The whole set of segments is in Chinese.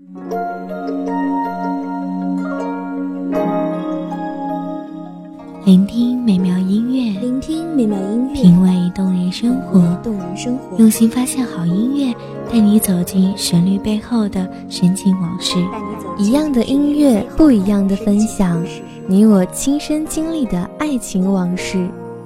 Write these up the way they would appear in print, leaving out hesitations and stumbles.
聆听美妙音乐，品味动人生活，用心发现好音乐，带你走进旋律背后的深情往事。 一样的音乐，不一样的分享，你我亲身经历的爱情往事。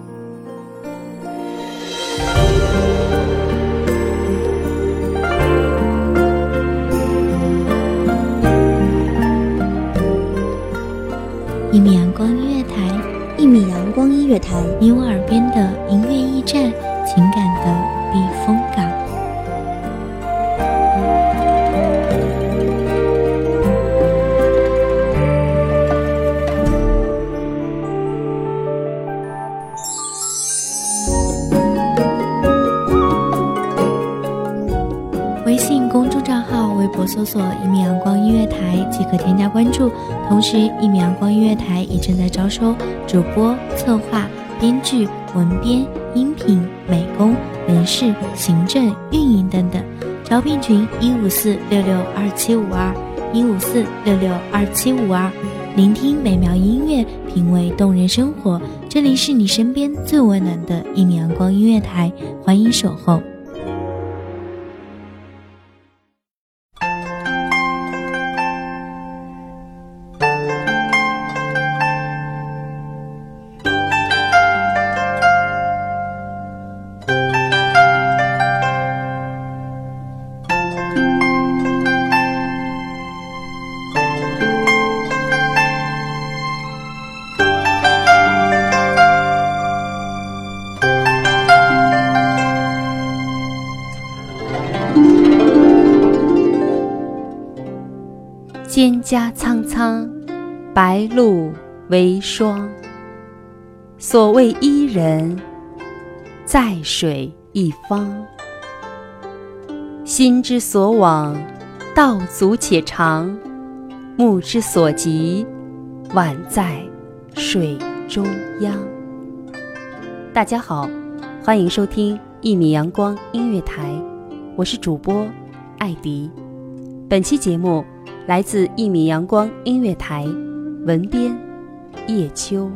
一米阳光音乐台，你我耳边的音乐驿站，情感的避风港。微信公众账号、微博搜索“一米阳光音乐台”即可添加关注。同时，一米阳光音乐台也正在招收主播、策划、编剧、文编、音频、美工、人事、行政、运营等等。招聘群154662752，154662752。聆听美妙音乐，品味动人生活。这里是你身边最温暖的一米阳光音乐台，欢迎守候。 蒹葭苍苍，白露为霜。所谓伊人，在水一方。心之所往，道阻且长；目之所及，宛在水中央。大家好，欢迎收听一米阳光音乐台，我是主播艾迪。本期节目来自一米阳光音乐台，文编叶秋。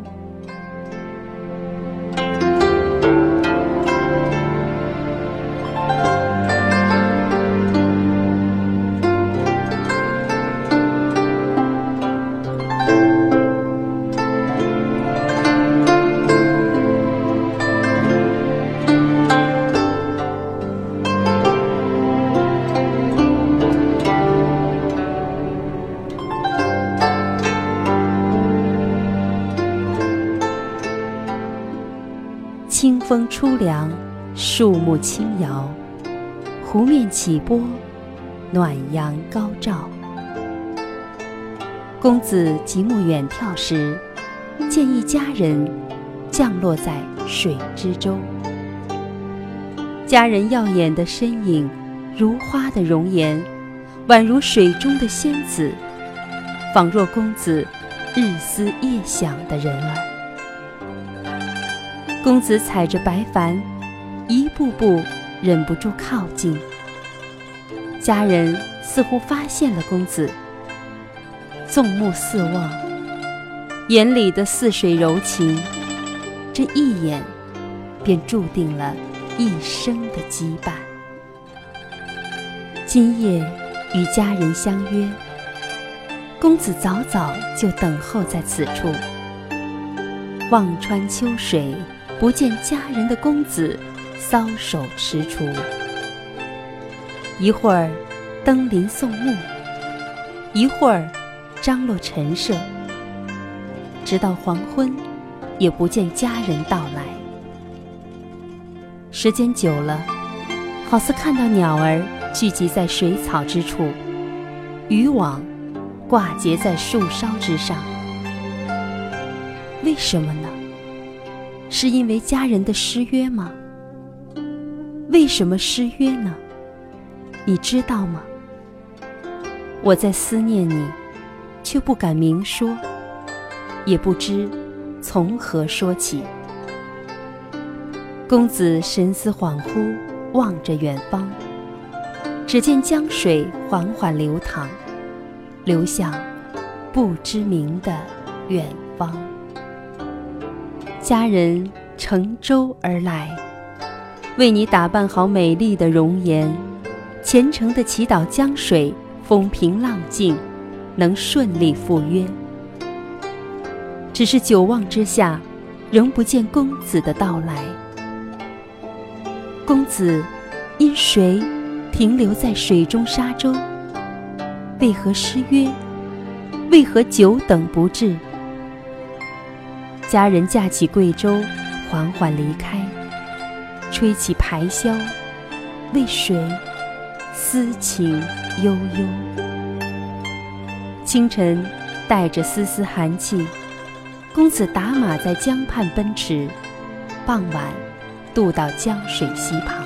清风初凉，树木轻摇，湖面起波，暖阳高照。公子极目远眺时，见一佳人降落在水之中。佳人耀眼的身影，如花的容颜，宛如水中的仙子，仿若公子日思夜想的人儿。公子踩着白帆，一步步忍不住靠近。佳人似乎发现了公子，纵目四望，眼里的似水柔情，这一眼便注定了一生的羁绊。今夜与佳人相约，公子早早就等候在此处。望穿秋水，不见佳人的公子搔首踟蹰。一会儿登临送目，一会儿张罗陈设，直到黄昏也不见佳人到来。时间久了，好似看到鸟儿聚集在水草之处，渔网挂结在树梢之上。为什么呢？是因为佳人的失约吗？为什么失约呢？你知道吗？我在思念你，却不敢明说，也不知从何说起。公子神思恍惚，望着远方，只见江水缓缓流淌， 流向不知名的远方。家人乘舟而来，为你打扮好美丽的容颜，虔诚地祈祷江水风平浪静，能顺利赴约。只是久望之下，仍不见公子的到来。公子因谁停留在水中沙洲？为何失约？为何久等不至？家人架起贵舟，缓缓离开，吹起排箫，为谁思情悠悠？清晨带着丝丝寒气，公子打马在江畔奔驰，傍晚渡到江水溪旁。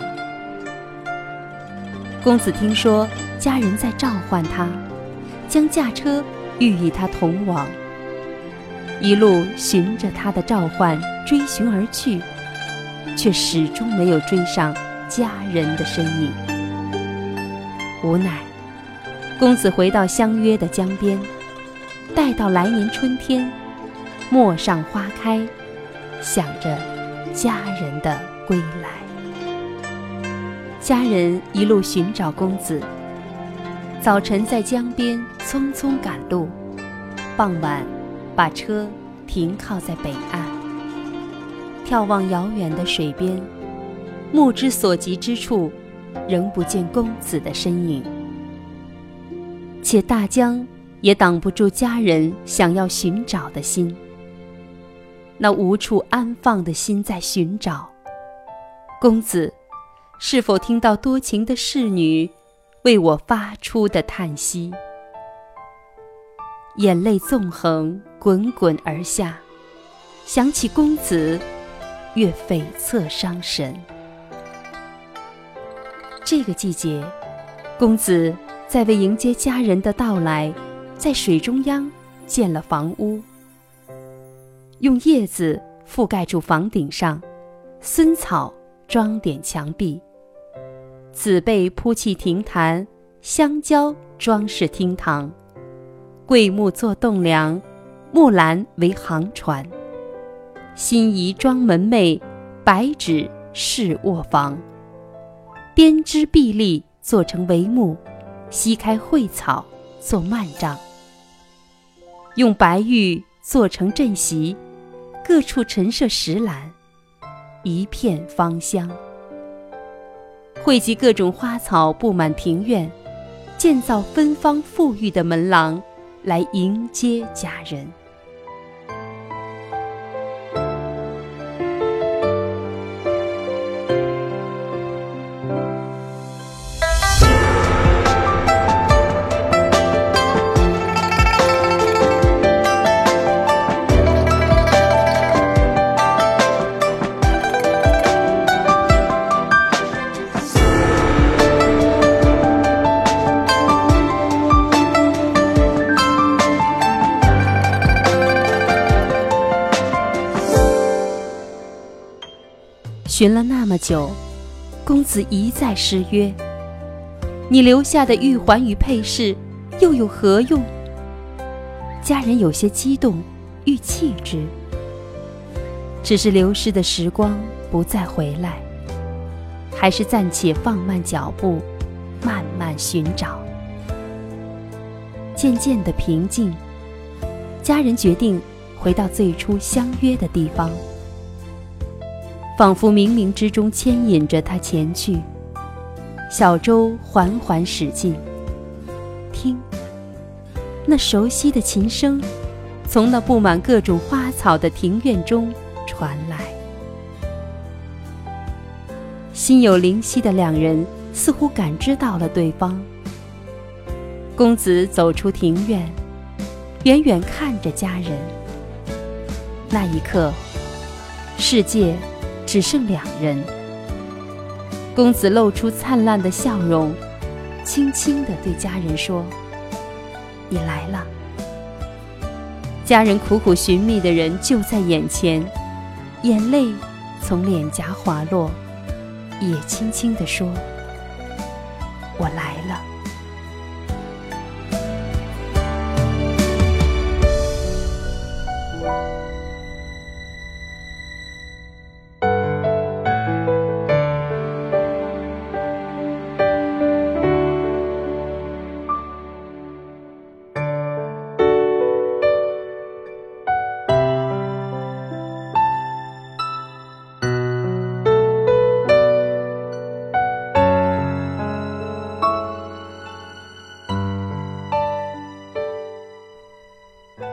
公子听说家人在召唤他，将驾车欲与他同往，一路循着他的召唤追寻而去，却始终没有追上家人的身影。无奈，公子回到相约的江边，待到来年春天，陌上花开，想着家人的归来。家人一路寻找公子，早晨在江边匆匆赶路，傍晚把车停靠在北岸，眺望遥远的水边，目之所及之处，仍不见公子的身影。且大江也挡不住家人想要寻找的心，那无处安放的心在寻找。公子是否听到多情的侍女为我发出的叹息？眼泪纵横滚滚而下，想起公子，越悱恻伤神。这个季节，公子在为迎接家人的到来，在水中央建了房屋，用叶子覆盖住房顶上，蓀草装点墙壁，紫被铺砌亭坛，香蕉装饰厅堂，桂木做栋梁，木兰为航船，新仪装门楣，白纸饰卧房，编织壁立做成帷幕，溪开蕙草做幔帐，用白玉做成阵席，各处陈设石栏，一片芳香。汇集各种花草布满庭院，建造芬芳馥郁的门廊，来迎接家人。寻了那么久，公子一再失约，你留下的玉环与佩饰又有何用？家人有些激动，欲弃之，只是流失的时光不再回来，还是暂且放慢脚步，慢慢寻找。渐渐的平静，家人决定回到最初相约的地方，仿佛冥冥之中牵引着他前去。小舟缓缓驶近，听，那熟悉的琴声从那布满各种花草的庭院中传来。心有灵犀的两人似乎感知到了对方。公子走出庭院，远远看着家人。那一刻，世界只剩两人。公子露出灿烂的笑容，轻轻地对家人说：“你来了。”家人苦苦寻觅的人就在眼前，眼泪从脸颊滑落，也轻轻地说：“我来了。”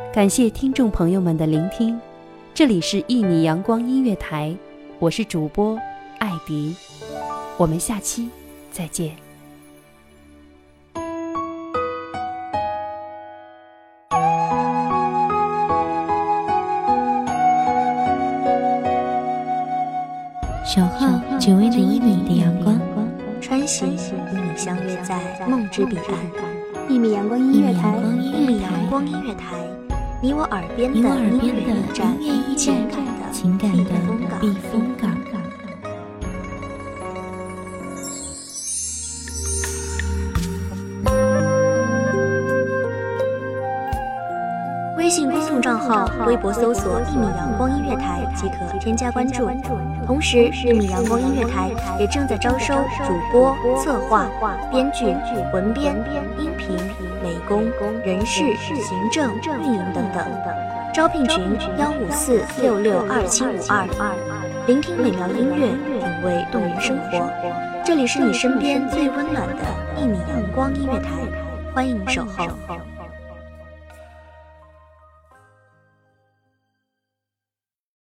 感谢听众朋友们的聆听，这里是一米阳光音乐台，我是主播艾迪，我们下期再见。 守候只为那1米的阳光， 穿行与你相约在梦之彼岸。1米阳光音乐台，1米阳光音乐台，你我耳边的音乐驿站，情感的避风港。微信公众账号、微博搜索“1米阳光音乐台”即可添加关注。同时，1米阳光音乐台也正在招收主播、策划、编剧、文编、音频、美工、人事、行政、运营等等。招聘群154662752。聆听美妙音乐，品味动人生活。这里是你身边最温暖的1米阳光音乐台，欢迎守候。